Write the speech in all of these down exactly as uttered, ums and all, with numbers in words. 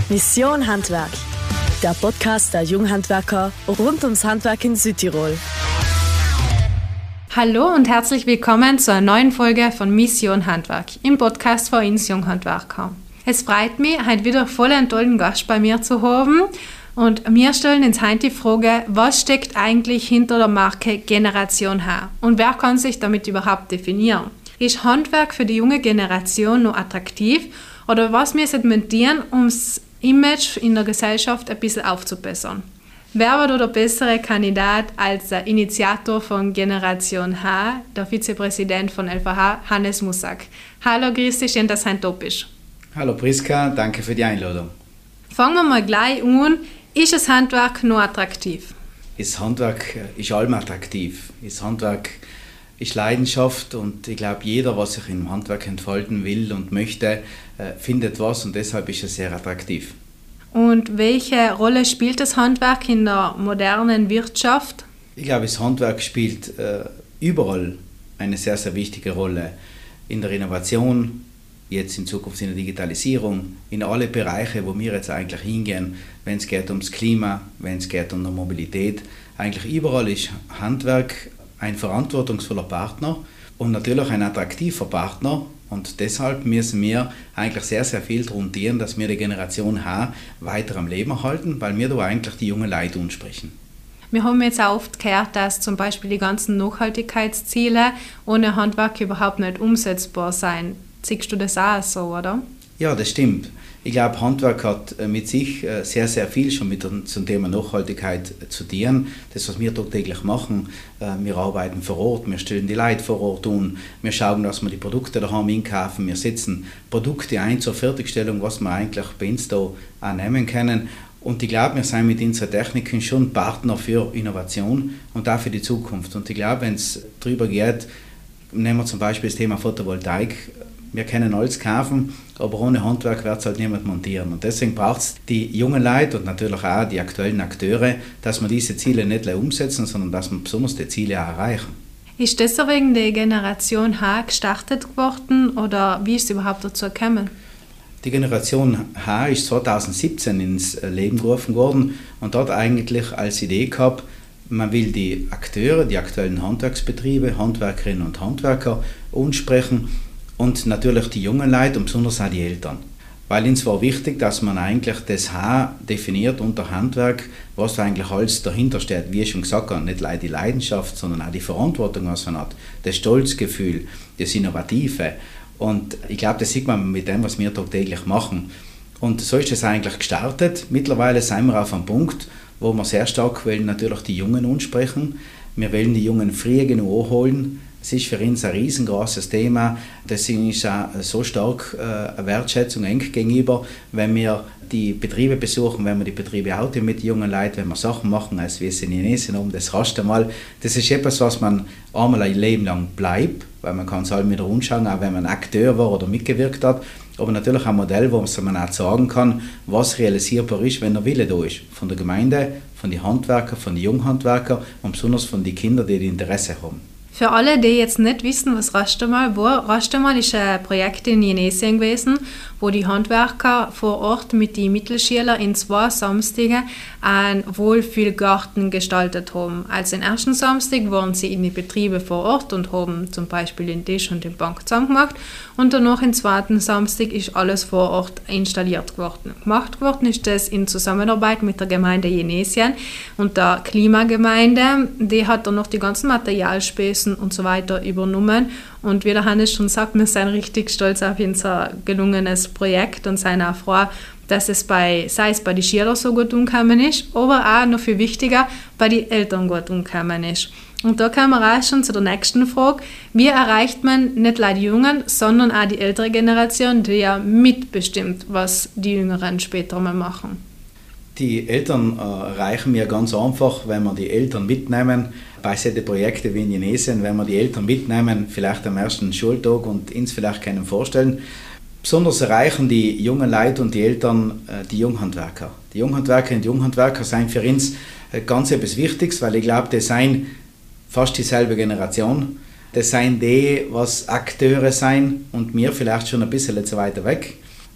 Mission Handwerk, der Podcast der Junghandwerker rund ums Handwerk in Südtirol. Hallo und herzlich willkommen zu einer neuen Folge von Mission Handwerk im Podcast für uns Junghandwerker. Es freut mich, heute wieder voll einen tollen Gast bei mir zu haben. Und wir stellen uns heute die Frage, was steckt eigentlich hinter der Marke Generation H und wer kann sich damit überhaupt definieren? Ist Handwerk für die junge Generation noch attraktiv oder was müssen wir tun, um das Image in der Gesellschaft ein bisschen aufzubessern? Wer war da der bessere Kandidat als der Initiator von Generation H, der Vizepräsident von L V H, Hannes Mussack? Hallo, grüß dich, schön, dass du da bist. Hallo Priska, danke für die Einladung. Fangen wir mal gleich an. Ist das Handwerk noch attraktiv? Das Handwerk ist allem attraktiv. Das Handwerk ist Leidenschaft und ich glaube, jeder, was sich im Handwerk entfalten will und möchte, findet was und deshalb ist es sehr attraktiv. Und welche Rolle spielt das Handwerk in der modernen Wirtschaft? Ich glaube, das Handwerk spielt äh, überall eine sehr, sehr wichtige Rolle. In der Innovation, jetzt in Zukunft in der Digitalisierung, in alle Bereiche, wo wir jetzt eigentlich hingehen, wenn es geht ums Klima, wenn es geht um die Mobilität. Eigentlich überall ist Handwerk ein verantwortungsvoller Partner und natürlich ein attraktiver Partner. Und deshalb müssen wir eigentlich sehr, sehr viel darum tun, dass wir die Generation H weiter am Leben erhalten, weil wir da eigentlich die jungen Leute ansprechen. Wir haben jetzt auch oft gehört, dass zum Beispiel die ganzen Nachhaltigkeitsziele ohne Handwerk überhaupt nicht umsetzbar sind. Siehst du das auch so, oder? Ja, das stimmt. Ich glaube, Handwerk hat mit sich sehr, sehr viel schon mit zum Thema Nachhaltigkeit zu tun. Das, was wir tagtäglich machen, wir arbeiten vor Ort, wir stellen die Leute vor Ort um, wir schauen, dass wir die Produkte daheim einkaufen, wir setzen Produkte ein zur Fertigstellung, was wir eigentlich bei uns da auch nehmen können. Und ich glaube, wir sind mit unseren Techniken schon Partner für Innovation und auch für die Zukunft. Und ich glaube, wenn es darüber geht, nehmen wir zum Beispiel das Thema Photovoltaik, wir können alles kaufen, aber ohne Handwerk wird es halt niemand montieren. Und deswegen braucht es die jungen Leute und natürlich auch die aktuellen Akteure, dass wir diese Ziele nicht nur umsetzen, sondern dass wir besonders die Ziele auch erreichen. Ist deswegen die Generation H gestartet geworden oder wie ist es überhaupt dazu gekommen? Die Generation H ist zweitausendsiebzehn ins Leben gerufen worden und dort eigentlich als Idee gehabt, man will die Akteure, die aktuellen Handwerksbetriebe, Handwerkerinnen und Handwerker ansprechen und natürlich die jungen Leute und besonders auch die Eltern. Weil uns war wichtig, dass man eigentlich das H definiert unter Handwerk, was eigentlich alles dahinter steht. Wie ich schon gesagt habe, nicht nur die Leidenschaft, sondern auch die Verantwortung, was man hat, das Stolzgefühl, das Innovative. Und ich glaube, das sieht man mit dem, was wir tagtäglich machen. Und so ist es eigentlich gestartet. Mittlerweile sind wir auf einem Punkt, wo wir sehr stark wollen, natürlich die Jungen ansprechen. Wir wollen die Jungen früh genug anholen. Es ist für uns ein riesengroßes Thema. Deswegen ist auch so stark äh, eine Wertschätzung eng gegenüber, wenn wir die Betriebe besuchen, wenn wir die Betriebe auch mit jungen Leuten, wenn wir Sachen machen, als wir sind in Indonesien um, das raste einmal. Das ist etwas, was man einmal ein Leben lang bleibt, weil man kann es halt wieder anschauen, auch wenn man Akteur war oder mitgewirkt hat. Aber natürlich ein Modell, wo man auch sagen kann, was realisierbar ist, wenn der Wille da ist. Von der Gemeinde, von den Handwerkern, von den Junghandwerkern und besonders von den Kindern, die, die Interesse haben. Für alle, die jetzt nicht wissen, was Rastemal war, Rastemal ist ein Projekt in Indonesien gewesen, wo die Handwerker vor Ort mit den Mittelschülern in zwei Samstagen einen Wohlfühlgarten gestaltet haben. Also den ersten Samstag waren sie in die Betriebe vor Ort und haben zum Beispiel den Tisch und die Bank zusammengemacht und danach im zweiten Samstag ist alles vor Ort installiert geworden. Gemacht worden ist das in Zusammenarbeit mit der Gemeinde Indonesien und der Klimagemeinde. Die hat dann noch die ganzen Materialspesen und so weiter übernommen. Und wie der Hannes schon sagt, wir sind richtig stolz auf unser gelungenes Projekt und sind auch froh, dass es bei, sei es bei den Schülern so gut umgekommen ist, aber auch noch viel wichtiger, bei den Eltern gut umgekommen ist. Und da kommen wir auch schon zu der nächsten Frage. Wie erreicht man nicht nur die Jungen, sondern auch die ältere Generation, die ja mitbestimmt, was die Jüngeren später mal machen? Die Eltern äh, erreichen wir ganz einfach, wenn wir die Eltern mitnehmen. Bei solchen Projekten wie in Indonesien, wenn wir die Eltern mitnehmen, vielleicht am ersten Schultag und uns vielleicht können vorstellen. Besonders erreichen die jungen Leute und die Eltern äh, die Junghandwerker. Die Junghandwerker und die Junghandwerker sind für uns äh, ganz etwas Wichtiges, weil ich glaube, das sind fast dieselbe Generation. Das sind die, was Akteure sind und wir vielleicht schon ein bisschen zu weit weg.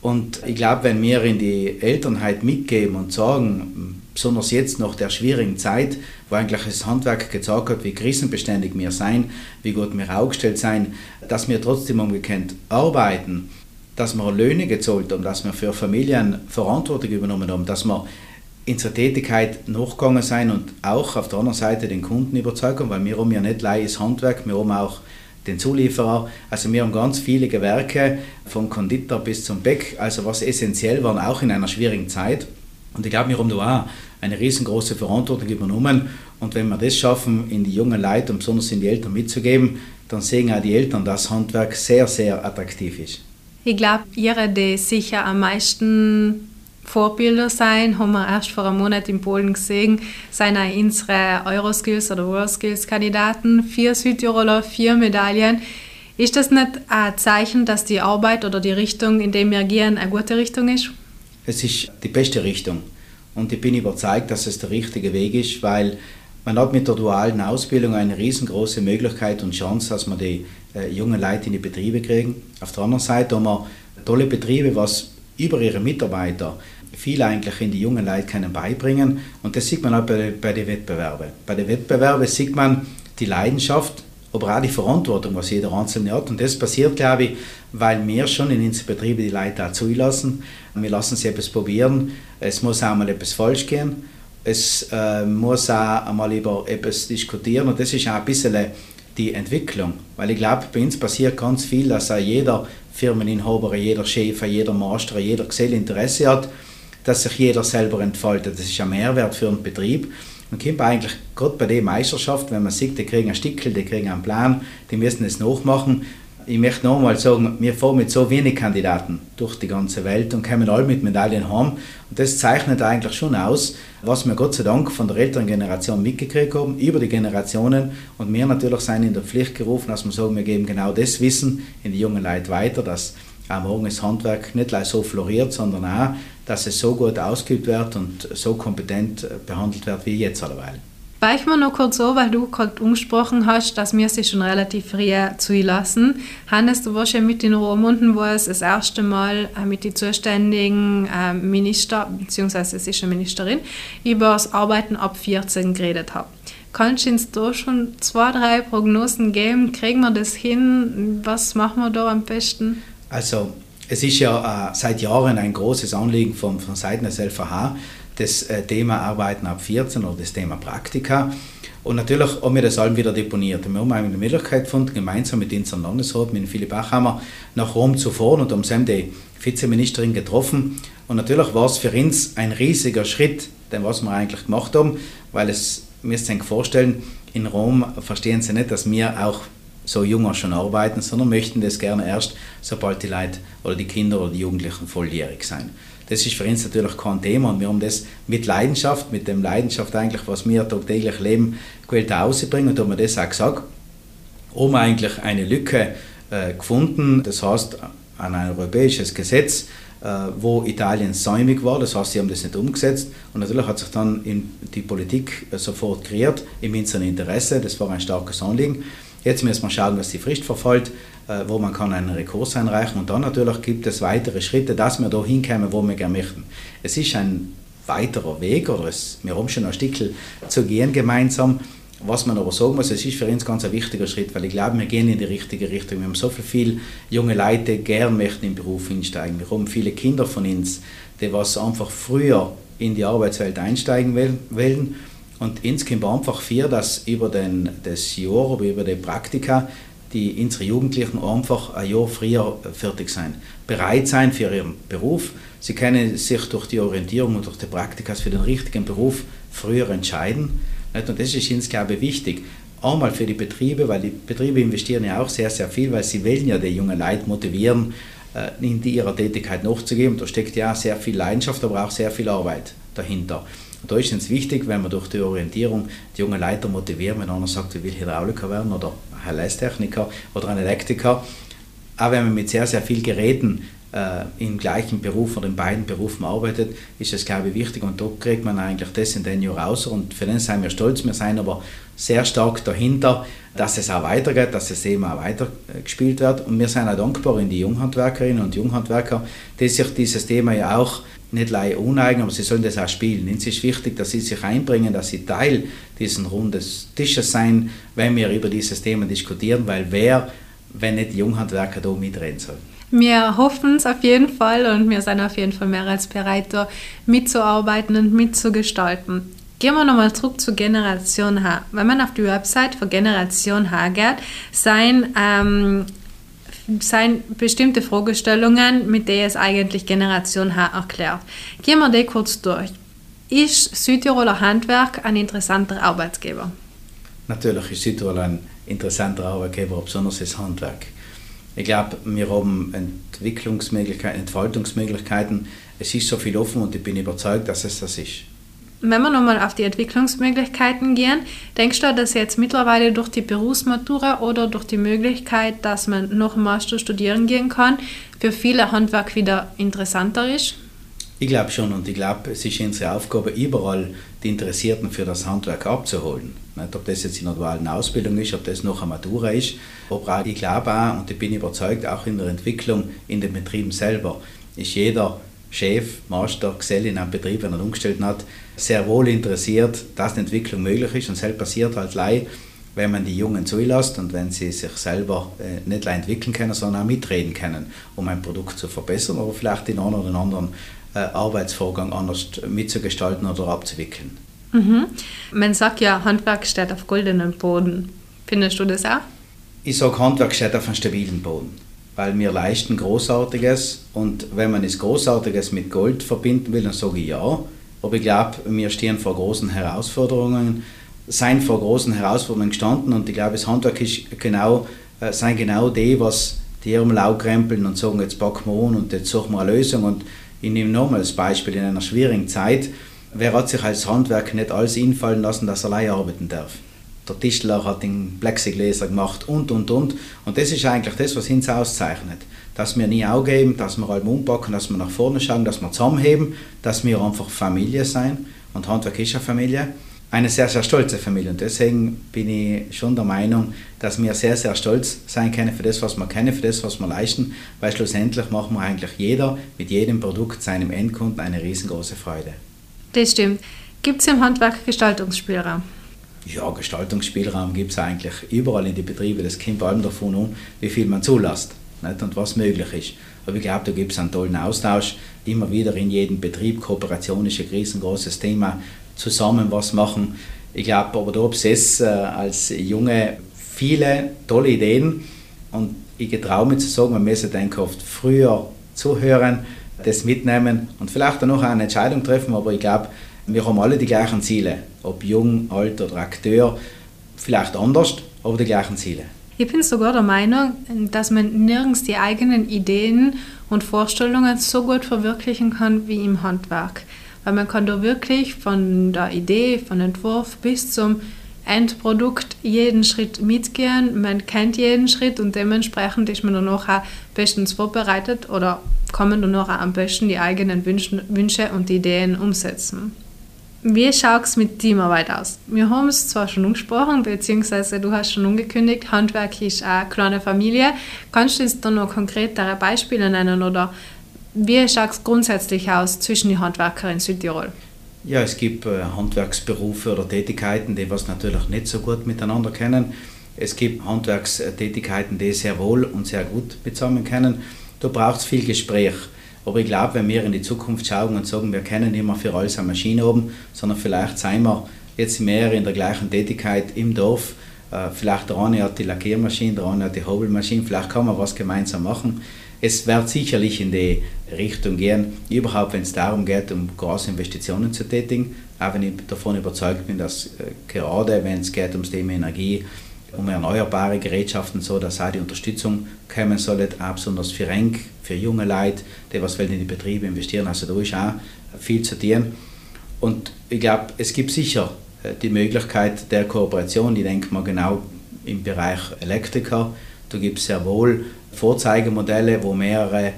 Und ich glaube, wenn wir in die Elternheit mitgeben und sagen, besonders jetzt nach der schwierigen Zeit, wo eigentlich das Handwerk gezeigt hat, wie krisenbeständig wir sein, wie gut wir aufgestellt sein, dass wir trotzdem umgekehrt arbeiten, dass wir Löhne gezahlt haben, dass wir für Familien Verantwortung übernommen haben, dass wir unsere Tätigkeit nachgegangen sind und auch auf der anderen Seite den Kunden überzeugt haben, weil wir haben ja nicht allein das Handwerk, wir haben auch den Zulieferer, also wir haben ganz viele Gewerke, vom Konditor bis zum Bäck, also was essentiell war, auch in einer schwierigen Zeit. Und ich glaube, wir haben da auch eine riesengroße Verantwortung übernommen. Und wenn wir das schaffen, in die jungen Leute und besonders in die Eltern mitzugeben, dann sehen auch die Eltern, dass Handwerk sehr, sehr attraktiv ist. Ich glaube, ihre, die sicher am meisten Vorbilder sein, haben wir erst vor einem Monat in Polen gesehen, sind auch unsere Euroskills oder Worldskills-Kandidaten, vier Südtiroler, vier Medaillen. Ist das nicht ein Zeichen, dass die Arbeit oder die Richtung, in der wir gehen, eine gute Richtung ist? Es ist die beste Richtung und ich bin überzeugt, dass es der richtige Weg ist, weil man hat mit der dualen Ausbildung eine riesengroße Möglichkeit und Chance, dass wir die äh, jungen Leute in die Betriebe kriegen. Auf der anderen Seite haben wir tolle Betriebe, was über ihre Mitarbeiter viel eigentlich in die jungen Leute können beibringen und das sieht man auch bei, bei den Wettbewerben. Bei den Wettbewerben sieht man die Leidenschaft, aber auch die Verantwortung, was jeder Einzelne hat. Und das passiert, glaube ich, weil wir schon in unseren Betrieben die Leute auch zulassen. Wir lassen sie etwas probieren. Es muss auch mal etwas falsch gehen. Es äh, muss auch einmal über etwas diskutieren. Und das ist auch ein bisschen die Entwicklung. Weil ich glaube, bei uns passiert ganz viel, dass auch jeder Firmeninhaber, jeder Chef, jeder Master, jeder Gesell Interesse hat, dass sich jeder selber entfaltet. Das ist ein Mehrwert für einen Betrieb. Man kommt eigentlich gerade bei der Meisterschaft, wenn man sieht, die kriegen einen Stickel, die kriegen einen Plan, die müssen es nachmachen. Ich möchte nochmal sagen, wir fahren mit so wenig Kandidaten durch die ganze Welt und kommen alle mit Medaillen heim. Und das zeichnet eigentlich schon aus, was wir Gott sei Dank von der älteren Generation mitgekriegt haben, über die Generationen. Und wir natürlich sind in der Pflicht gerufen, dass wir sagen, wir geben genau das Wissen in die jungen Leute weiter, dass auch morgen das Handwerk nicht gleich so floriert, sondern auch, dass es so gut ausgeübt wird und so kompetent behandelt wird wie jetzt alleweil. Weich mir noch kurz so, weil du gerade angesprochen hast, dass wir sie schon relativ früh zulassen. Hannes, du warst ja mit in Rohrmunden, wo es das erste Mal mit den zuständigen Minister, beziehungsweise es ist eine Ministerin, über das Arbeiten ab vierzehn geredet haben. Kannst du uns da schon zwei, drei Prognosen geben? Kriegen wir das hin? Was machen wir da am besten? Also, es ist ja äh, seit Jahren ein großes Anliegen von, von Seiten des L V H, das äh, Thema Arbeiten ab vierzehn oder das Thema Praktika. Und natürlich haben wir das allem wieder deponiert. Wir haben eine Möglichkeit gefunden, gemeinsam mit unserem Landesrat, mit Philipp Bachhammer, nach Rom zu fahren und haben die Vizeministerin getroffen. Und natürlich war es für uns ein riesiger Schritt, den was wir eigentlich gemacht haben, weil es, müsst ihr euch vorstellen, in Rom verstehen sie nicht, dass wir auch so jung schon arbeiten, sondern möchten das gerne erst, sobald die Leute oder die Kinder oder die Jugendlichen volljährig sind. Das ist für uns natürlich kein Thema und wir haben das mit Leidenschaft, mit dem Leidenschaft eigentlich, was wir tagtäglich leben, gewählt auszubringen und da haben wir das auch gesagt, haben eigentlich eine Lücke äh, gefunden, das heißt an ein europäisches Gesetz, äh, wo Italien säumig war, das heißt, sie haben das nicht umgesetzt und natürlich hat sich dann in die Politik äh, sofort kreiert, im unseren Interesse, das war ein starkes Anliegen. Jetzt müssen wir schauen, dass die Frist verfällt, wo man kann einen Rekurs einreichen und dann natürlich gibt es weitere Schritte, dass wir da hinkommen, wo wir gerne möchten. Es ist ein weiterer Weg, oder es, wir haben schon ein Stückchen zu gehen gemeinsam, was man aber sagen muss, es ist für uns ganz ein wichtiger Schritt, weil ich glaube, wir gehen in die richtige Richtung. Wir haben so viele junge Leute, die gerne möchten im Beruf einsteigen. Wir haben viele Kinder von uns, die was einfach früher in die Arbeitswelt einsteigen wollen. Und uns kommt einfach vor, dass über den, das Jahr oder über die Praktika die unsere Jugendlichen einfach ein Jahr früher fertig sein, bereit sein für ihren Beruf. Sie können sich durch die Orientierung und durch die Praktika für den richtigen Beruf früher entscheiden. Und das ist uns, glaube ich, wichtig. Einmal für die Betriebe, weil die Betriebe investieren ja auch sehr, sehr viel, weil sie wollen ja die jungen Leute motivieren, in ihrer Tätigkeit nachzugeben. Da steckt ja sehr viel Leidenschaft, aber auch sehr viel Arbeit dahinter. Und da ist es wichtig, wenn wir durch die Orientierung die jungen Leute motivieren, wenn einer sagt, ich will Hydrauliker werden oder H L S-Techniker oder ein Elektriker, auch wenn wir mit sehr, sehr vielen Geräten äh, im gleichen Beruf oder in beiden Berufen arbeitet, ist das, glaube ich, wichtig. Und da kriegt man eigentlich das in den Jahren raus. Und für den sind wir stolz. Wir sind aber sehr stark dahinter, dass es auch weitergeht, dass das Thema auch weitergespielt wird. Und wir sind auch dankbar in die Junghandwerkerinnen und Junghandwerker, die sich dieses Thema ja auch nicht leider uneignen, aber sie sollen das auch spielen. Es ist wichtig, dass sie sich einbringen, dass sie Teil dieses runden Tisches sein, wenn wir über dieses Thema diskutieren, weil wer, wenn nicht die Junghandwerker, da mitreden sollen. Wir hoffen es auf jeden Fall und wir sind auf jeden Fall mehr als bereit, da mitzuarbeiten und mitzugestalten. Gehen wir nochmal zurück zu Generation H. Wenn man auf die Website von Generation H geht, sind ähm, sind bestimmte Fragestellungen, mit denen es eigentlich Generation H erklärt. Gehen wir die kurz durch. Ist Südtiroler Handwerk ein interessanter Arbeitgeber? Natürlich ist Südtirol ein interessanter Arbeitgeber, besonders das Handwerk. Ich glaube, wir haben Entwicklungsmöglichkeiten, Entfaltungsmöglichkeiten. Es ist so viel offen und ich bin überzeugt, dass es das ist. Wenn wir nochmal auf die Entwicklungsmöglichkeiten gehen, denkst du, dass jetzt mittlerweile durch die Berufsmatura oder durch die Möglichkeit, dass man noch einen Master studieren gehen kann, für viele Handwerk wieder interessanter ist? Ich glaube schon und ich glaube, es ist unsere Aufgabe, überall die Interessierten für das Handwerk abzuholen. Nicht, ob das jetzt in einer dualen Ausbildung ist, ob das noch eine Matura ist, aber ich glaube auch, und ich bin überzeugt, auch in der Entwicklung in den Betrieben selber ist jeder Chef, Master, Gesell in einem Betrieb, wenn er umgestellt hat, sehr wohl interessiert, dass die Entwicklung möglich ist. Und selbst passiert halt leicht, wenn man die Jungen zulässt und wenn sie sich selber äh, nicht entwickeln können, sondern auch mitreden können, um ein Produkt zu verbessern oder vielleicht den einen oder anderen äh, Arbeitsvorgang anders mitzugestalten oder abzuwickeln. Mhm. Man sagt ja, Handwerk steht auf goldenem Boden. Findest du das auch? Ich sage, Handwerk steht auf einem stabilen Boden. Weil wir leisten Großartiges und wenn man das Großartiges mit Gold verbinden will, dann sage ich ja. Aber ich glaube, wir stehen vor großen Herausforderungen, sind vor großen Herausforderungen gestanden und ich glaube, das Handwerk ist genau, äh, sind genau die, was die Ärmel krempeln und sagen, jetzt packen wir an und jetzt suchen wir eine Lösung. Und ich nehme nochmal das Beispiel, in einer schwierigen Zeit, wer hat sich als Handwerk nicht alles einfallen lassen, dass er allein arbeiten darf? Der Tischler hat den Plexigläser gemacht und, und, und. Und das ist eigentlich das, was uns auszeichnet. Dass wir nie aufgeben, dass wir allem umpacken, dass wir nach vorne schauen, dass wir zusammenheben, dass wir einfach Familie sein. Und Handwerk ist eine Familie. Eine sehr, sehr stolze Familie. Und deswegen bin ich schon der Meinung, dass wir sehr, sehr stolz sein können für das, was wir kennen, für das, was wir leisten. Weil schlussendlich machen wir eigentlich jeder mit jedem Produkt seinem Endkunden eine riesengroße Freude. Das stimmt. Gibt es im Handwerk Gestaltungsspielraum? Ja, Gestaltungsspielraum gibt es eigentlich überall in den Betrieben. Das kommt vor allem davon an, wie viel man zulässt, nicht, und was möglich ist. Aber ich glaube, da gibt es einen tollen Austausch. Immer wieder in jedem Betrieb. Kooperation ist ein riesengroßes Thema. Zusammen was machen. Ich glaube aber da besessen äh, als Junge viele tolle Ideen. Und ich getraue mich zu sagen, man müsse denke oft früher zuhören, das mitnehmen und vielleicht dann noch eine Entscheidung treffen. Aber ich glaube, wir haben alle die gleichen Ziele, ob jung, alt oder Akteur, vielleicht anders, aber die gleichen Ziele. Ich bin sogar der Meinung, dass man nirgends die eigenen Ideen und Vorstellungen so gut verwirklichen kann wie im Handwerk. Weil man kann da wirklich von der Idee, von Entwurf bis zum Endprodukt jeden Schritt mitgehen. Man kennt jeden Schritt und dementsprechend ist man dann auch bestens vorbereitet oder kann man dann auch am besten die eigenen Wünsche und Ideen umsetzen. Wie schaut es mit Teamarbeit aus? Wir haben es zwar schon angesprochen, beziehungsweise du hast schon angekündigt, Handwerk ist eine kleine Familie. Kannst du uns da noch konkretere Beispiele nennen oder wie schaut es grundsätzlich aus zwischen den Handwerkern in Südtirol? Ja, es gibt äh, Handwerksberufe oder Tätigkeiten, die was natürlich nicht so gut miteinander kennen. Es gibt Handwerkstätigkeiten, die sehr wohl und sehr gut zusammen kennen. Da braucht es viel Gespräch. Aber ich glaube, wenn wir in die Zukunft schauen und sagen, wir kennen nicht mehr für alles eine Maschine oben, sondern vielleicht sind wir jetzt mehr in der gleichen Tätigkeit im Dorf. Äh, vielleicht der eine hat die Lackiermaschine, der andere hat die Hobelmaschine, vielleicht kann man was gemeinsam machen. Es wird sicherlich in die Richtung gehen, überhaupt wenn es darum geht, um große Investitionen zu tätigen, auch wenn ich davon überzeugt bin, dass äh, gerade wenn es geht ums Thema Energie, um erneuerbare Gerätschaften, so dass auch die Unterstützung kommen soll, auch besonders für Renk, für junge Leute, die was in die Betriebe investieren. Also da ist auch viel zu tun. Und ich glaube, es gibt sicher die Möglichkeit der Kooperation. Ich denke mal genau im Bereich Elektriker. Da gibt es sehr wohl Vorzeigemodelle, wo mehrere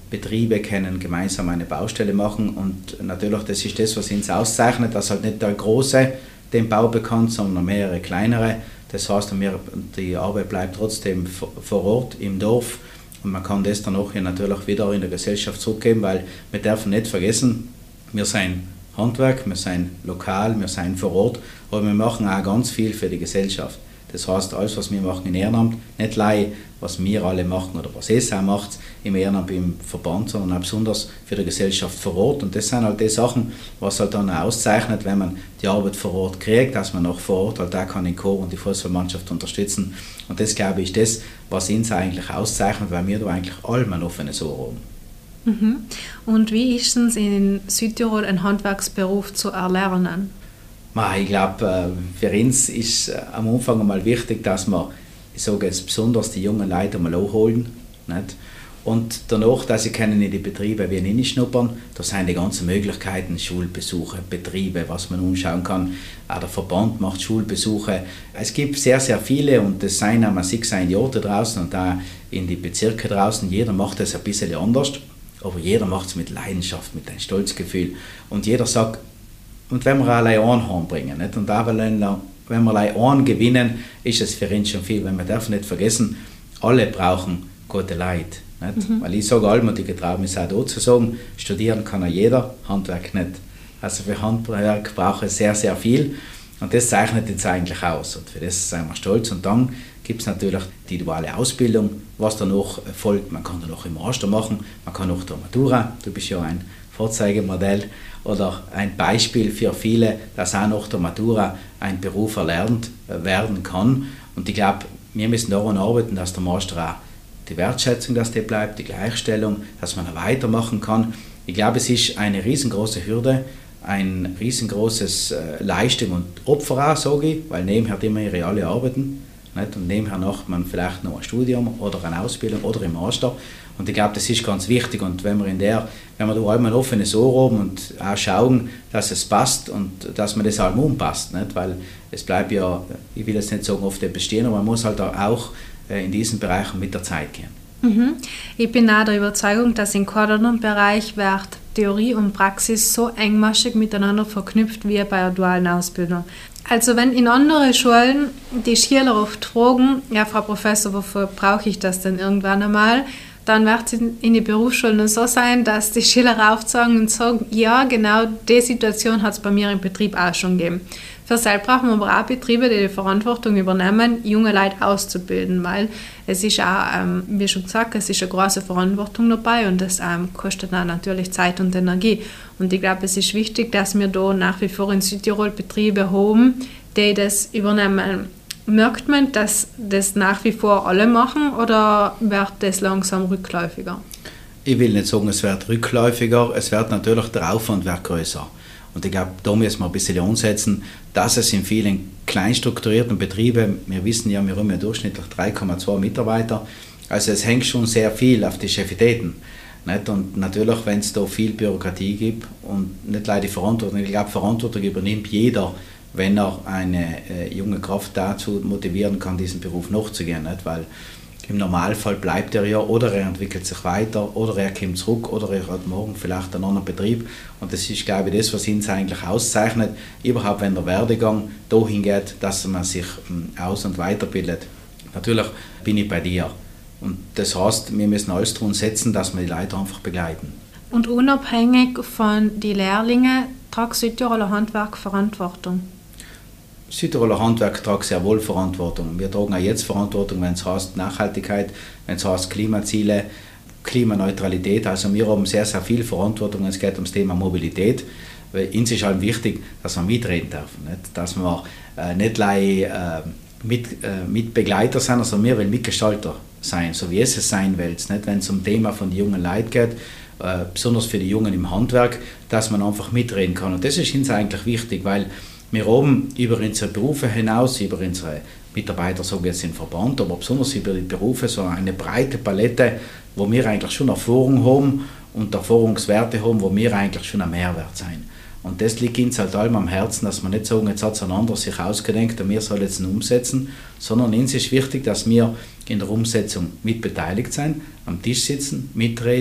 Betriebe können gemeinsam eine Baustelle machen und natürlich, das ist das, was uns auszeichnet, dass halt nicht der Große den Bau bekommt, sondern mehrere kleinere. Das heißt, die Arbeit bleibt trotzdem vor Ort im Dorf und man kann das dann auch natürlich wieder in der Gesellschaft zurückgeben, weil wir dürfen nicht vergessen, wir sind Handwerk, wir sind lokal, wir sind vor Ort, aber wir machen auch ganz viel für die Gesellschaft. Das heißt, alles, was wir machen im Ehrenamt, nicht allein, was wir alle machen oder was es auch macht im Ehrenamt, im Verband, sondern auch besonders für die Gesellschaft vor Ort. Und das sind halt die Sachen, was halt dann auch auszeichnet, wenn man die Arbeit vor Ort kriegt, dass man auch vor Ort halt auch kann den Chor und die Fußballmannschaft unterstützen. Und das, glaube ich, ist das, was uns eigentlich auszeichnet, weil wir da eigentlich alle ein offenes Ohr haben. Mhm. Und wie ist es in Südtirol, einen Handwerksberuf zu erlernen? Ich glaube, für uns ist am Anfang einmal wichtig, dass wir, ich sage jetzt besonders die jungen Leute mal hochholen. Nicht? Und danach, dass sie können in die Betriebe wie hineinschnuppern. Da sind die ganzen Möglichkeiten, Schulbesuche, Betriebe, was man anschauen kann. Auch der Verband macht Schulbesuche. Es gibt sehr, sehr viele und das sind auch, man sieht es in die Orte draußen und auch in die Bezirke draußen. Jeder macht das ein bisschen anders, aber jeder macht es mit Leidenschaft, mit einem Stolzgefühl. Und jeder sagt, und wenn wir allein einen heimbringen, nicht? Und auch wenn wir allein einen gewinnen, ist es für uns schon viel. Weil man darf nicht vergessen, alle brauchen gute Leute. Nicht? Mhm. Weil ich sage allem, und ich getraue mich auch da zu sagen, studieren kann ja jeder, Handwerk nicht. Also für Handwerk braucht es sehr, sehr viel. Und das zeichnet jetzt eigentlich aus. Und für das sind wir stolz. Und dann gibt es natürlich die duale Ausbildung, was danach folgt. Man kann dann auch im Master machen, man kann auch der Matura, du bist ja ein Vorzeigemodell oder ein Beispiel für viele, dass auch nach der Matura ein Beruf erlernt werden kann. Und ich glaube, wir müssen daran arbeiten, dass der Master auch die Wertschätzung, dass die bleibt, die Gleichstellung, dass man weitermachen kann. Ich glaube, es ist eine riesengroße Hürde, ein riesengroßes äh, Leistung und Opfer auch, sage ich, weil nebenher hat immer reale Arbeiten. Nicht? Und nebenher macht man vielleicht noch ein Studium oder eine Ausbildung oder im Master. Und ich glaube, das ist ganz wichtig. Und wenn wir in der, wenn wir da einmal ein offenes Ohr haben und auch schauen, dass es passt und dass man das halt umpasst. Nicht? Weil es bleibt ja, ich will jetzt nicht sagen, oft etwas stehen, aber man muss halt auch in diesen Bereichen mit der Zeit gehen. Mhm. Ich bin auch der Überzeugung, dass im anderen Bereich wird Theorie und Praxis so engmaschig miteinander verknüpft wie bei der dualen Ausbildung. Also wenn in anderen Schulen die Schüler oft fragen, ja Frau Professor, wofür brauche ich das denn irgendwann einmal, dann wird es in den Berufsschulen so sein, dass die Schüler aufzeigen und sagen, ja genau, die Situation hat es bei mir im Betrieb auch schon gegeben. Für selbst brauchen wir aber auch Betriebe, die die Verantwortung übernehmen, junge Leute auszubilden, weil es ist auch, ähm, wie schon gesagt, es ist eine große Verantwortung dabei und das ähm, kostet auch natürlich Zeit und Energie. Und ich glaube, es ist wichtig, dass wir da nach wie vor in Südtirol Betriebe haben, die das übernehmen. Merkt man, dass das nach wie vor alle machen oder wird das langsam rückläufiger? Ich will nicht sagen, es wird rückläufiger, es wird natürlich der Aufwand wird größer. Und ich glaube, da müssen wir ein bisschen ansetzen, dass es in vielen kleinstrukturierten Betrieben, wir wissen ja, wir haben ja durchschnittlich drei Komma zwei Mitarbeiter, also es hängt schon sehr viel auf die Chefitäten. Nicht? Und natürlich, wenn es da viel Bürokratie gibt und nicht leider die Verantwortung, ich glaube, Verantwortung übernimmt jeder, wenn er eine äh, junge Kraft dazu motivieren kann, diesen Beruf nachzugehen. Nicht? Weil im Normalfall bleibt er ja, oder er entwickelt sich weiter, oder er kommt zurück, oder er hat morgen vielleicht einen anderen Betrieb. Und das ist, glaube ich, das, was uns eigentlich auszeichnet, überhaupt wenn der Werdegang dahin geht, dass man sich aus- und weiterbildet. Natürlich bin ich bei dir. Und das heißt, wir müssen alles daran setzen, dass wir die Leute einfach begleiten. Und unabhängig von den Lehrlingen tragt Südtiroler Handwerk Verantwortung? Südtiroler Handwerk trägt sehr wohl Verantwortung. Wir tragen auch jetzt Verantwortung, wenn es heißt Nachhaltigkeit, wenn es heißt Klimaziele, Klimaneutralität. Also wir haben sehr, sehr viel Verantwortung, wenn es geht ums Thema Mobilität. Weil uns ist halt wichtig, dass wir mitreden dürfen. Nicht? Dass wir äh, nicht nur äh, mit, äh, Mitbegleiter sind, sondern wir wollen Mitgestalter sein, so wie es es sein will. Nicht? Wenn es um das Thema von den jungen Leuten geht, äh, besonders für die Jungen im Handwerk, dass man einfach mitreden kann. Und das ist uns eigentlich wichtig, weil wir haben über unsere Berufe hinaus, über unsere Mitarbeiter, sagen wir jetzt im Verband, aber besonders über die Berufe, so eine breite Palette, wo wir eigentlich schon Erfahrung haben und Erfahrungswerte haben, wo wir eigentlich schon ein Mehrwert sein. Und das liegt uns halt allem am Herzen, dass wir nicht sagen, jetzt hat es ein anderer sich ausgedenkt und wir sollen jetzt umsetzen, sondern uns ist wichtig, dass wir in der Umsetzung mit beteiligt sind, am Tisch sitzen, mitreden,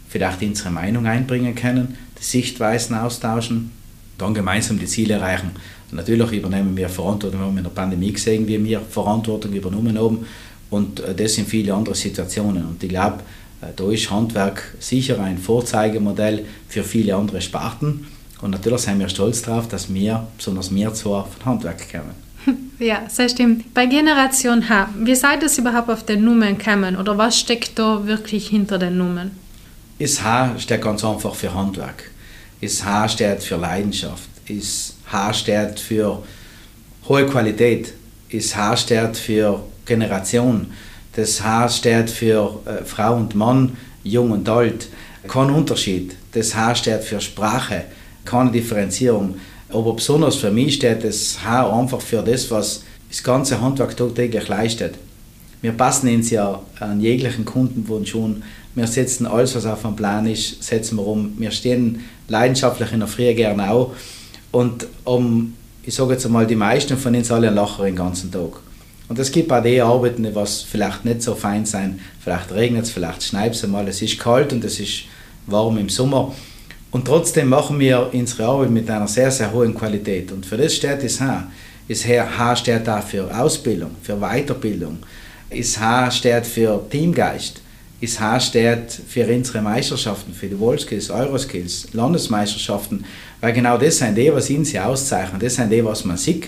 vielleicht unsere Meinung einbringen können, die Sichtweisen austauschen, dann gemeinsam die Ziele erreichen. Und natürlich übernehmen wir Verantwortung, wir haben in der Pandemie gesehen, wie wir Verantwortung übernommen haben und das in viele andere Situationen. Und ich glaube, da ist Handwerk sicher ein Vorzeigemodell für viele andere Sparten. Und natürlich sind wir stolz darauf, dass wir, besonders wir zwei, von Handwerk kommen. Ja, das stimmt. Bei Generation H, wie seid ihr überhaupt auf den Nummern gekommen oder was steckt da wirklich hinter den Nummern? Das H steht ganz einfach für Handwerk. Das H steht für Leidenschaft. Das H steht für hohe Qualität. Das H steht für Generation. Das H steht für äh, Frau und Mann, jung und alt. Kein Unterschied. Das H steht für Sprache, keine Differenzierung. Aber besonders für mich steht das H einfach für das, was das ganze Handwerk tagtäglich leistet. Wir passen uns ja an jeglichen Kundenwunsch an. Wir setzen alles, was auf dem Plan ist, setzen wir um. Wir stehen leidenschaftlich in der Früh gerne auch. Und um, ich sage jetzt einmal, die meisten von uns alle lachen den ganzen Tag. Und es gibt auch die Arbeiten, die vielleicht nicht so fein sind. Vielleicht regnet es, vielleicht schneit es einmal, es ist kalt und es ist warm im Sommer. Und trotzdem machen wir unsere Arbeit mit einer sehr, sehr hohen Qualität. Und für das steht das H. Das H steht auch für Ausbildung, für Weiterbildung. Das H steht für Teamgeist. Das H steht für unsere Meisterschaften, für die WorldSkills, Euroskills, Landesmeisterschaften. Weil genau das sind die, was uns auszeichnen. Das sind die, was man sieht.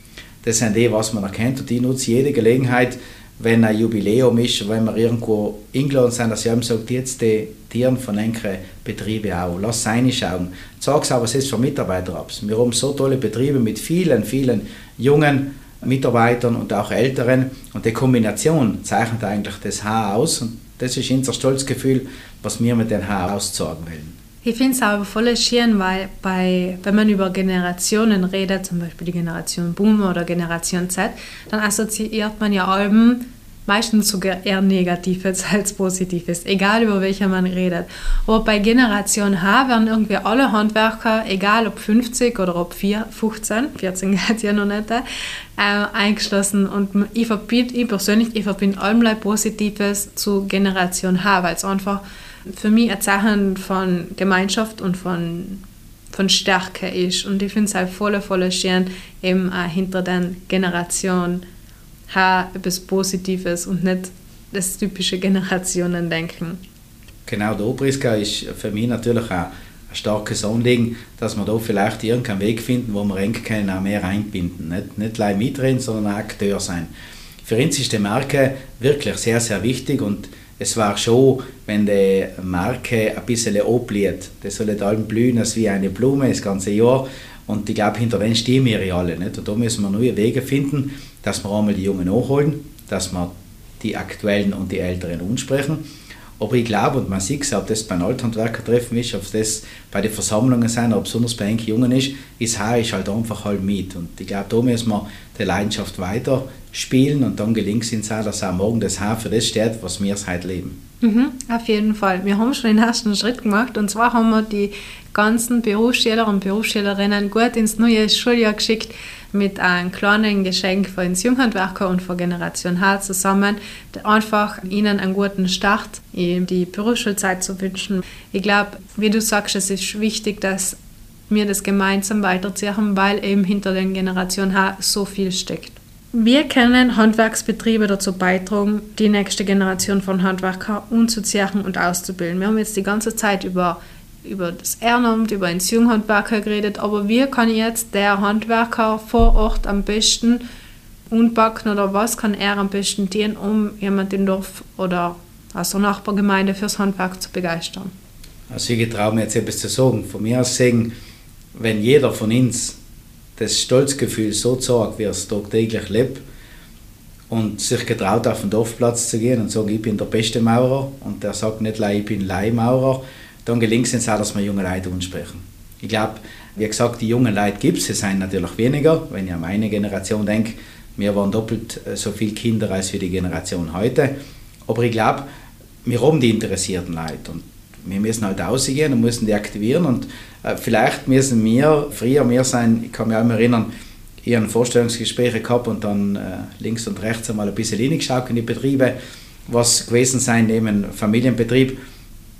Das sind die, was man erkennt. Und ich nutze jede Gelegenheit, wenn ein Jubiläum ist, wenn wir irgendwo eingeladen sind, dass ich eben sage, jetzt die Tieren von enkeren Betrieben auch. Lass es reinschauen. Sag es auch, was ist für Mitarbeiter ab. Wir haben so tolle Betriebe mit vielen, vielen jungen Mitarbeitern und auch Älteren. Und die Kombination zeichnet eigentlich das H aus. Und das ist unser Stolzgefühl, was wir mit dem H auszeigen wollen. Ich finde es aber voll schön, weil bei, wenn man über Generationen redet, zum Beispiel die Generation Boomer oder Generation Z, dann assoziiert man ja Alben meistens sogar eher Negatives als Positives, egal über welche man redet. Aber bei Generation H werden irgendwie alle Handwerker, egal ob fünfzig oder ob fünfzehn, vierzehn geht ja noch nicht, äh, eingeschlossen. Und ich, verbind, ich persönlich ich verbinde allerlei Positives zu Generation H, weil es einfach für mich ein Zeichen von Gemeinschaft und von, von Stärke ist. Und ich finde es halt voll, voll schön, eben auch hinter den Generationen H etwas Positives und nicht das typische Generationendenken. Genau, der Obriska ist für mich natürlich auch ein starkes Anliegen, dass wir da vielleicht irgendeinen Weg finden, wo wir Enkelkinder auch mehr einbinden. Nicht, nicht gleich mitreden, sondern auch Akteur sein. Für uns ist die Marke wirklich sehr, sehr wichtig und es war schon, wenn die Marke ein bisschen anblüht. Das soll nicht allem blühen als wie eine Blume das ganze Jahr. Und ich glaube, hinter denen stehen wir ja alle. Nicht? Und da müssen wir neue Wege finden, dass wir einmal die Jungen nachholen, dass wir die Aktuellen und die Älteren ansprechen. Aber ich glaube, und man sieht es, ob das bei einem Althandwerkertreffen ist, ob das bei den Versammlungen sind, ob besonders bei den Jungen ist, das H ist halt einfach halt mit. Und ich glaube, da müssen wir die Leidenschaft weiter spielen und dann gelingt es uns auch, dass auch morgen das H für das steht, was wir heute leben. Mhm, auf jeden Fall. Wir haben schon den ersten Schritt gemacht und zwar haben wir die ganzen Berufsschüler und Berufsschülerinnen gut ins neue Schuljahr geschickt mit einem kleinen Geschenk für uns Junghandwerker und für Generation H zusammen, einfach ihnen einen guten Start in die Berufsschulzeit zu wünschen. Ich glaube, wie du sagst, es ist wichtig, dass wir das gemeinsam weiterziehen, weil eben hinter den Generation H so viel steckt. Wir können Handwerksbetriebe dazu beitragen, die nächste Generation von Handwerkern umzuziehen und auszubilden. Wir haben jetzt die ganze Zeit über, über das Ehrenamt, über ins Junghandwerker geredet, aber wie kann jetzt der Handwerker vor Ort am besten anpacken oder was kann er am besten tun, um jemanden im Dorf oder aus der Nachbargemeinde fürs Handwerk zu begeistern? Also ich traue mir jetzt etwas zu sagen. Von mir aus sagen, wenn jeder von uns das Stolzgefühl so zeigt, wie er es tagtäglich lebt und sich getraut, auf den Dorfplatz zu gehen und sagen, ich bin der beste Maurer und der sagt nicht, ich bin Leihmaurer, dann gelingt es uns auch, dass wir junge Leute ansprechen. Ich glaube, wie gesagt, die jungen Leute gibt es, es sind natürlich weniger. Wenn ich an meine Generation denke, wir waren doppelt so viele Kinder als für die Generation heute. Aber ich glaube, wir haben die interessierten Leute und wir müssen halt rausgehen und müssen die aktivieren und äh, vielleicht müssen wir, früher mehr sein, ich kann mich auch immer erinnern, ich habe Vorstellungsgespräche gehabt und dann äh, links und rechts einmal ein bisschen reingeschaut in die Betriebe, was gewesen sein neben einem Familienbetrieb.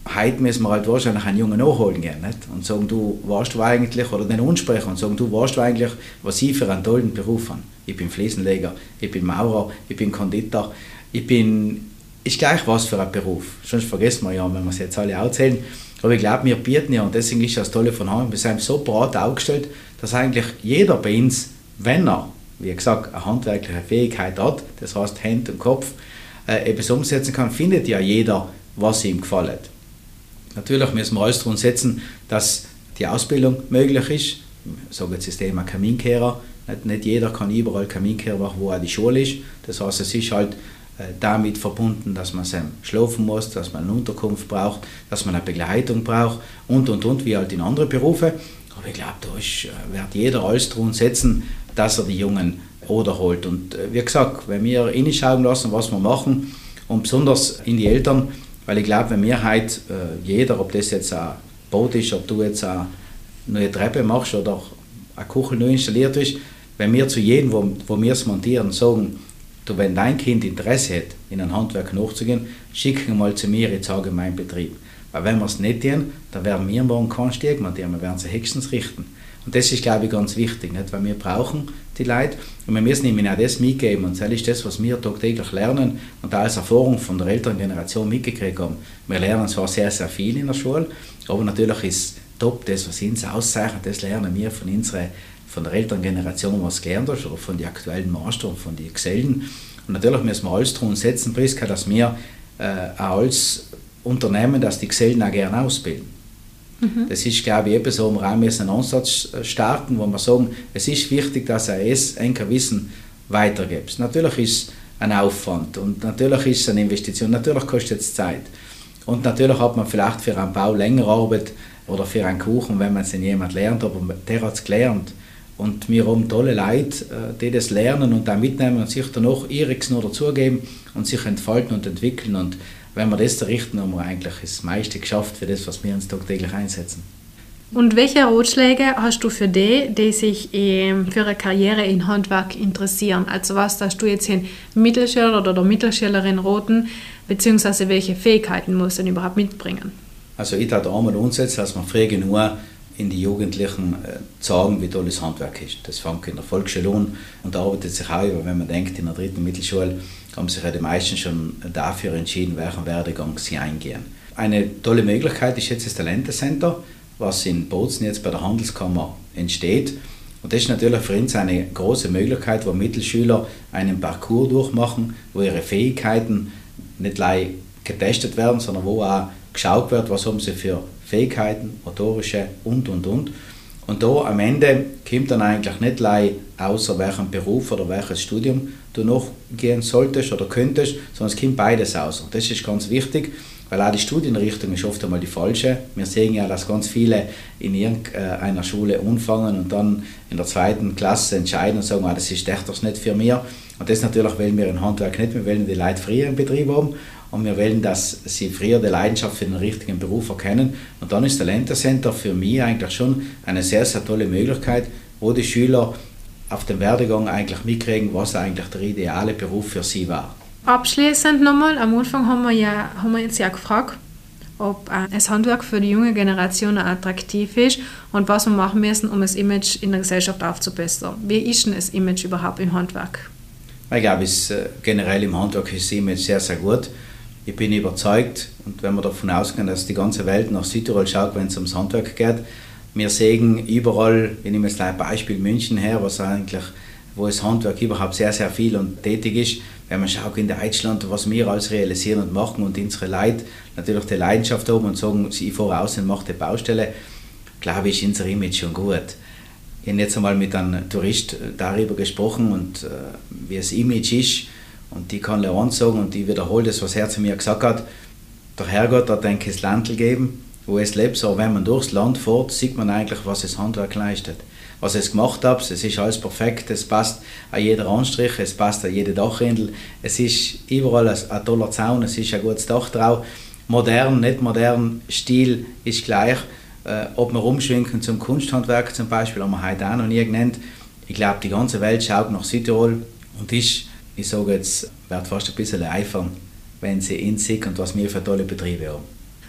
heute müssen wir halt wahrscheinlich einen Jungen nachholen gehen, nicht? Und sagen, du weißt du eigentlich, oder den ansprechen und sagen, du weißt du eigentlich, was ich für einen tollen Beruf habe. Ich bin Fliesenleger, ich bin Maurer, ich bin Konditor, ich bin, ist gleich was für ein Beruf. Sonst vergessen wir ja, wenn wir es jetzt alle erzählen. Aber ich glaube, wir bieten ja, und deswegen ist das Tolle von Heim, wir sind so breit aufgestellt, dass eigentlich jeder bei uns, wenn er, wie gesagt, eine handwerkliche Fähigkeit hat, das heißt Hand und Kopf, äh, etwas umsetzen kann, findet ja jeder, was ihm gefällt. Natürlich müssen wir alles daran setzen, dass die Ausbildung möglich ist. Ich sage jetzt das Thema Kaminkehrer. Nicht, nicht jeder kann überall Kaminkehrer machen, wo auch die Schule ist. Das heißt, es ist halt äh, damit verbunden, dass man schlafen muss, dass man eine Unterkunft braucht, dass man eine Begleitung braucht und, und, und, wie halt in anderen Berufen. Aber ich glaube, da ist, äh, wird jeder alles daran setzen, dass er die Jungen oder holt. Und äh, wie gesagt, wenn wir reinschauen lassen, was wir machen, und besonders in die Eltern, weil ich glaube, wenn wir heute, äh, jeder, ob das jetzt ein Boot ist, ob du jetzt eine neue Treppe machst oder eine Küche neu installiert ist, wenn wir zu jedem, wo, wo wir es montieren, sagen, du, wenn dein Kind Interesse hat, in ein Handwerk nachzugehen, schick ihn mal zu mir, ich sage meinen Betrieb. Weil wenn wir es nicht tun, dann werden wir morgen keinen Stieg montieren, wir werden sie höchstens richten. Und das ist, glaube ich, ganz wichtig, nicht? Weil wir brauchen die Leute und wir müssen ihnen auch das mitgeben. Und das ist das, was wir tagtäglich lernen und auch als Erfahrung von der älteren Generation mitgekriegt haben. Wir lernen zwar sehr, sehr viel in der Schule, aber natürlich ist top das, was uns auszeichnet, das lernen wir von unserer, von der älteren Generation, was gelernt hast, oder von den aktuellen Mastern, von den Gesellen. Und natürlich müssen wir alles dran setzen, Priska, dass wir äh, auch als Unternehmen, dass die Gesellen auch gerne ausbilden. Mhm. Das ist, glaube ich, eben so, wir müssen einen Ansatz starten, wo wir sagen, es ist wichtig, dass er es ein Wissen weitergibt. Natürlich ist es ein Aufwand und natürlich ist es eine Investition, natürlich kostet es Zeit. Und natürlich hat man vielleicht für einen Bau länger Arbeit oder für einen Kuchen, wenn man es nicht jemand lernt, aber der hat es gelernt. Und wir haben tolle Leute, die das lernen und dann mitnehmen und sich danach ihres noch dazugeben und sich entfalten und entwickeln. Und wenn wir das richten, haben wir eigentlich das meiste geschafft für das, was wir uns tagtäglich einsetzen. Und welche Ratschläge hast du für die, die sich für eine Karriere in Handwerk interessieren? Also was darfst du jetzt in Mittelschüler oder Mittelschülerin raten, beziehungsweise welche Fähigkeiten muss er überhaupt mitbringen? Also ich würde einmal umsetzen, dass man früh genug in die Jugendlichen äh, sagen, wie toll das Handwerk ist. Das fängt in der Volksschule an und arbeitet sich auch über, wenn man denkt, in der dritten Mittelschule haben sich ja die meisten schon dafür entschieden, welchen Werdegang sie eingehen. Eine tolle Möglichkeit ist jetzt das Talentecenter, was in Bozen jetzt bei der Handelskammer entsteht. Und das ist natürlich für uns eine große Möglichkeit, wo Mittelschüler einen Parcours durchmachen, wo ihre Fähigkeiten nicht gleich getestet werden, sondern wo auch geschaut wird, was haben sie für Fähigkeiten, motorische und, und, und. Und da am Ende kommt dann eigentlich nicht gleich außer welchen Beruf oder welches Studium du noch gehen solltest oder könntest, sondern es kommt beides aus. Und das ist ganz wichtig, weil auch die Studienrichtung ist oft einmal die falsche. Wir sehen ja, dass ganz viele in irgendeiner Schule anfangen und dann in der zweiten Klasse entscheiden und sagen, ah, das ist echt das nicht für mich. Und das natürlich wollen wir im Handwerk nicht, wir wollen die Leute früher im Betrieb haben. Und wir wollen, dass sie früher die Leidenschaft für den richtigen Beruf erkennen. Und dann ist das Talentecenter für mich eigentlich schon eine sehr, sehr tolle Möglichkeit, wo die Schüler auf dem Werdegang eigentlich mitkriegen, was eigentlich der ideale Beruf für sie war. Abschließend nochmal, am Anfang haben wir, ja, haben wir jetzt ja gefragt, ob äh, das Handwerk für die junge Generation attraktiv ist und was wir machen müssen, um das Image in der Gesellschaft aufzubessern. Wie ist denn das Image überhaupt im Handwerk? Ich glaube, es, äh, generell im Handwerk ist das Image sehr, sehr gut. Ich bin überzeugt, und wenn wir davon ausgehen, dass die ganze Welt nach Südtirol schaut, wenn es ums Handwerk geht, wir sehen überall, ich nehme jetzt ein Beispiel München her, was eigentlich, wo das Handwerk überhaupt sehr, sehr viel und tätig ist. Wenn man schaut in Deutschland, was wir alles realisieren und machen und unsere Leute natürlich die Leidenschaft haben und sagen, ich fahre raus und mache die Baustelle, glaube ich, ist unser Image schon gut. Ich habe jetzt einmal mit einem Tourist darüber gesprochen und äh, wie das Image ist. Und die kann Leon sagen und die wiederholt das, was er zu mir gesagt hat. Der Herrgott hat ein Landl gegeben, wo es lebt, aber wenn man durchs Land fährt, sieht man eigentlich, was das Handwerk leistet. Was es gemacht hat, es ist alles perfekt, es passt an jeder Anstrich, es passt an jede Dachrintel, es ist überall ein, ein toller Zaun, es ist ein gutes Dach drauf. Modern, nicht modern, Stil ist gleich. Äh, ob wir umschwenken zum Kunsthandwerk zum Beispiel, haben wir heute auch noch nie genannt. Ich glaube, die ganze Welt schaut nach Südtirol und ist, ich sage jetzt, wird fast ein bisschen eifern, wenn sie ihn sieht und was wir für tolle Betriebe haben.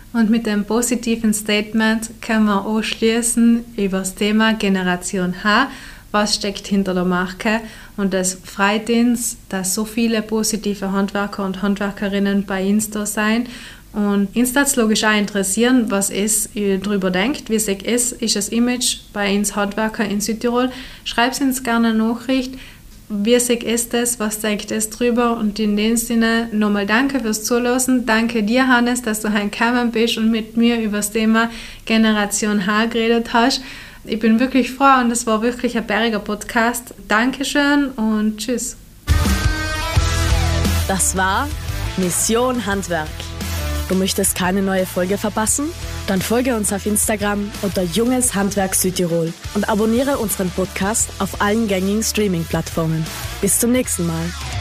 Und mit dem positiven Statement können wir auch schließen über das Thema Generation H. Was steckt hinter der Marke? Und es freut uns, dass so viele positive Handwerker und Handwerkerinnen bei uns da sein. Und uns das logisch auch interessieren, was es darüber denkt. Wie seht es, ist das Image bei uns Handwerker in Südtirol? Schreibt uns gerne eine Nachricht. Wie seht es das? Was denkt es drüber? Und in dem Sinne nochmal danke fürs Zuhören. Danke dir, Hannes, dass du heute gekommen bist und mit mir über das Thema Generation H geredet hast. Ich bin wirklich froh und es war wirklich ein bäriger Podcast. Dankeschön und tschüss. Das war Mission Handwerk. Du möchtest keine neue Folge verpassen? Dann folge uns auf Instagram unter Junges Handwerk Südtirol und abonniere unseren Podcast auf allen gängigen Streaming-Plattformen. Bis zum nächsten Mal.